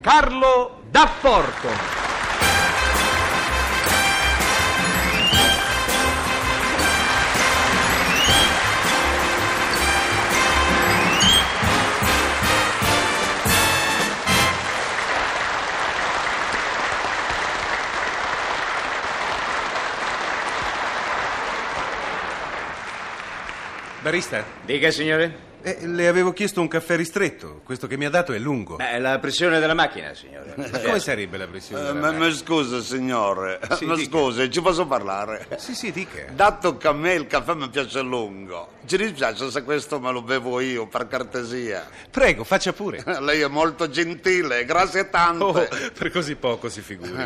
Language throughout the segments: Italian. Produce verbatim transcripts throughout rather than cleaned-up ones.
Carlo D'Apporto. Barista? Dica, signore. Eh, le avevo chiesto un caffè ristretto. Questo che mi ha dato è lungo. Beh, la pressione della macchina, signore. Ma come sarebbe la pressione Eh, della ma, macchina? ma scusa, signore. Sì, ma dica. scusi, ci posso parlare? Sì, sì, dica. Dato che a me il caffè mi piace lungo, ci dispiace se questo me lo bevo io, per cortesia. Prego, faccia pure. Lei è molto gentile, grazie tante. Oh, per così poco si figuri.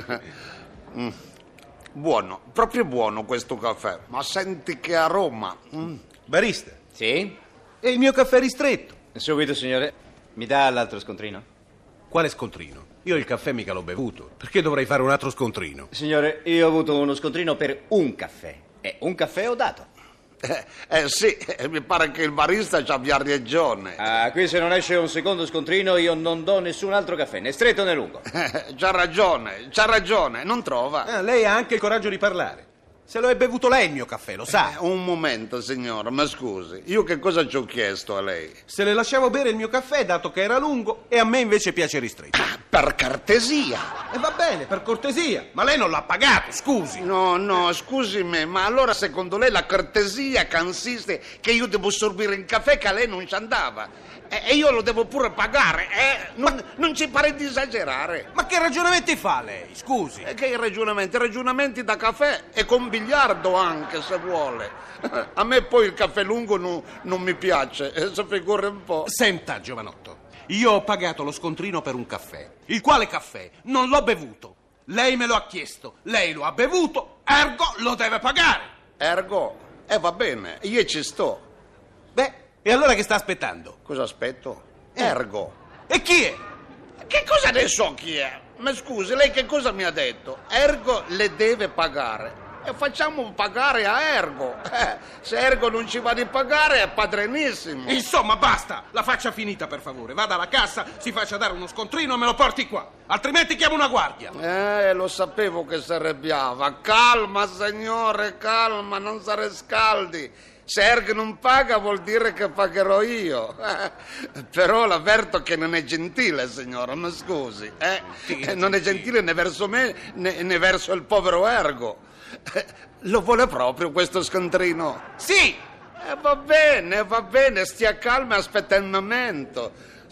Buono, proprio buono questo caffè. Ma senti che aroma. Mm. Barista, Sì? è il mio caffè ristretto. Subito, signore. Mi dà l'altro scontrino? Quale scontrino? Io il caffè mica l'ho bevuto. Perché dovrei fare un altro scontrino? Signore, io ho avuto uno scontrino per un caffè. E un caffè ho dato. Eh, eh sì, eh, mi pare che il barista ci abbia ragione. Ah, qui se non esce un secondo scontrino io non do nessun altro caffè, né stretto né lungo. Eh, c'ha ragione, c'ha ragione, non trova? Ah, lei ha anche il coraggio di parlare. Se lo è bevuto lei il mio caffè, lo sa. Eh, un momento, signora, ma scusi, io che cosa ci ho chiesto a lei? Se le lasciavo bere il mio caffè, dato che era lungo, e a me invece piace ristretto. Ah, per cortesia. E va bene, per cortesia. Ma lei non l'ha pagato, scusi. No, no, scusi me, ma allora secondo lei la cortesia consiste che io devo sorbire il caffè che a lei non ci andava? E, e io lo devo pure pagare, eh? Non, non ci pare di esagerare. Ma che ragionamenti fa lei, scusi? E che i ragionamenti? Ragionamenti da caffè e con biliardo anche, se vuole. A me poi il caffè lungo non, non mi piace, eh, se figura un po'. Senta, giovanotto, io ho pagato lo scontrino per un caffè, il quale caffè non l'ho bevuto. Lei me lo ha chiesto, lei lo ha bevuto, ergo lo deve pagare. Ergo, e eh, va bene, io ci sto. Beh, e allora che sta aspettando? Cosa aspetto? Ergo. E chi è? Che cosa ne so chi è? Ma scusi, lei che cosa mi ha detto? Ergo le deve pagare. E facciamo pagare a Ergo. Eh, se Ergo non ci va di pagare è padrenissimo. Insomma, basta, la faccia finita per favore. Vada alla cassa, si faccia dare uno scontrino e me lo porti qua. Altrimenti chiamo una guardia. Eh, lo sapevo che si arrabbiava. Calma, signore, calma, non si scaldi. Se Ergo non paga vuol dire che pagherò io. Eh, però l'avverto che non è gentile, signora, ma scusi. Eh? Sì, Eh, non è gentile né verso me né, né verso il povero Ergo. Eh, lo vuole proprio questo scontrino? Sì! Eh, va bene, va bene, stia calma e aspetta il momento.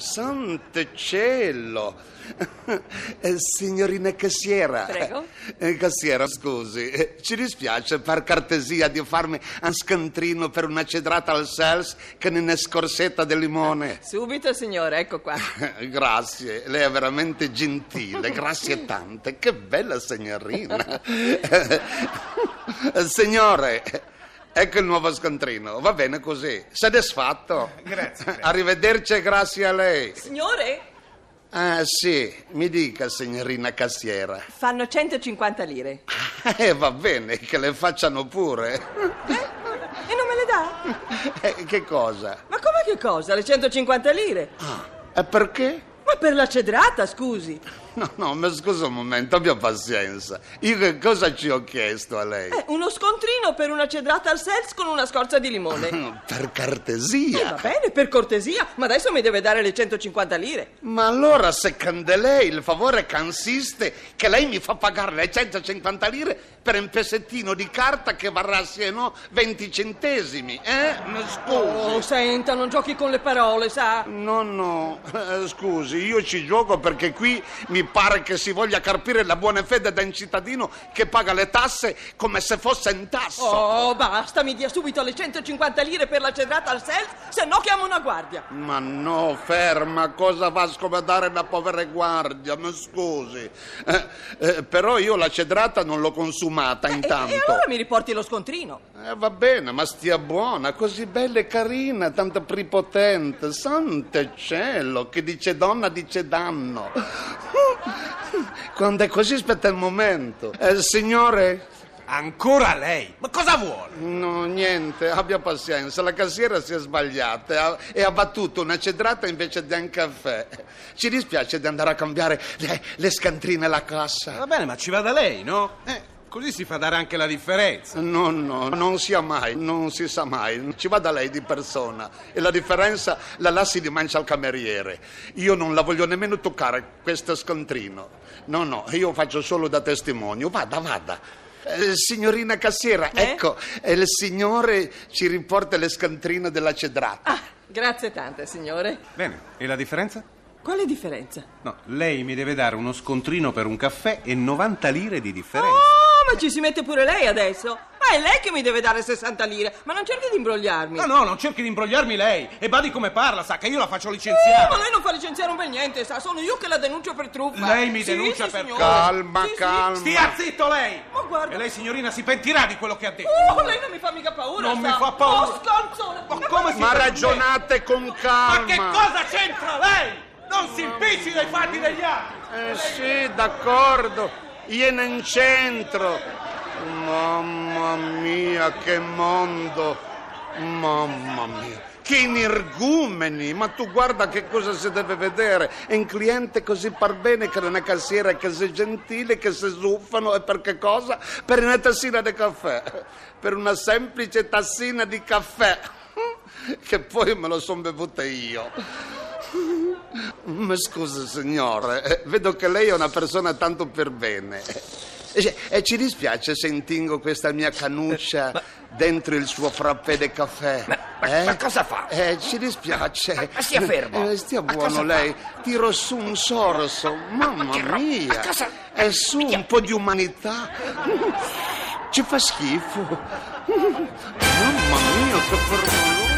Santo cielo! Eh, signorina cassiera. Prego. Eh, cassiera, scusi, eh, ci dispiace per cortesia di farmi un scontrino per una cedrata al sels con una scorsetta di limone. Subito, signore, ecco qua. Eh, Grazie, lei è veramente gentile, grazie tante, che bella signorina. Eh, Signore, ecco il nuovo scontrino, va bene così, soddisfatto? Grazie, grazie. Arrivederci e grazie a lei. Signore, Ah sì, mi dica signorina cassiera. fanno centocinquanta lire. Eh va bene, che le facciano pure. E non me le dà? Eh, che cosa? Ma come che cosa? Le centocinquanta lire? Ah, e perché? Ma per la cedrata, scusi. No, no, ma scusa un momento, abbia pazienza. Io che cosa ci ho chiesto a lei? Eh, uno scontrino per una cedrata al sels con una scorza di limone. Per Eh, cortesia. va bene, per cortesia, ma adesso mi deve dare le centocinquanta lire. Ma allora, secondo lei, il favore consiste che lei mi fa pagare le centocinquanta lire per un pezzettino di carta che varrà, sì e no, venti centesimi, eh? Ma Oh, scusi. senta, non giochi con le parole, sa? No, no, eh, scusi, io ci gioco perché qui mi pare che si voglia carpire la buona fede da un cittadino che paga le tasse come se fosse in tasso. Oh, basta, mi dia subito le centocinquanta lire per la cedrata al sels, se no chiamo una guardia. Ma no, ferma, cosa va a scomodare la povera guardia? Ma scusi, eh, eh, però io la cedrata non l'ho consumata E, intanto. e ora mi riporti lo scontrino. Eh, va bene, ma stia buona, così bella e carina, tanto prepotente. Santo cielo, che dice donna dice danno. Quando è così aspetta il momento. Eh, signore, Ancora lei? Ma cosa vuole? No, niente, abbia pazienza, la cassiera si è sbagliata ha- e ha battuto una cedrata invece di un caffè. Ci dispiace di andare a cambiare le, le scantrine alla cassa. Va bene, ma ci vada lei, no? Eh, così si fa dare anche la differenza. No, no, non sia mai, non si sa mai. Ci vada lei di persona e la differenza la lasci di mancia al cameriere. Io non la voglio nemmeno toccare, questo scontrino. No, no, io faccio solo da testimonio. Vada, vada. Eh, signorina cassiera, Eh? ecco, eh, il signore ci riporta le scantrine della cedrata. Ah, grazie tante, signore. Bene, e la differenza? Quale differenza? No, lei mi deve dare uno scontrino per un caffè e novanta lire di differenza. Oh, ma ci si mette pure lei adesso? Ma è lei che mi deve dare sessanta lire. Ma non cerchi di imbrogliarmi. No, no, non cerchi di imbrogliarmi lei. E badi come parla, sa che io la faccio Oh, licenziare. ma lei non fa licenziare un bel niente, sa. Sono io che la denuncio per truffa. Lei mi Sì, denuncia sì, per- signore. Calma, Sì, sì. calma. Stia zitto lei! Ma guarda. E lei, signorina, si pentirà di quello che ha detto. Oh, lei non mi fa mica paura, Non sa. mi fa paura. Oh, scanzone. Ma come si Ma permette? ragionate con Ma calma. che cosa c'entra lei? Non si impicci dai fatti degli altri! Eh sì, d'accordo, io in centro. Mamma mia, che mondo! Mamma mia, che energumeni! Ma tu guarda che cosa si deve vedere. È un cliente così par bene che non è cassiera, che sei gentile, che si zuffano. E per che cosa? Per una tassina di caffè. Per una semplice tassina di caffè. Che poi me lo son bevuta io. Ma scusi signore, eh, vedo che lei è una persona tanto per bene. E, e ci dispiace se intingo questa mia canuccia dentro il suo frappè de caffè. Ma, ma- eh? ma cosa fa? Eh, ci dispiace. Ma- ma stia fermo. Eh, stia Ma buono cosa fa? lei. Tiro su un sorso. Mamma che ro- mia. ma cosa- E su un po' di umanità. Ci fa schifo. Mamma mia, che permaloso.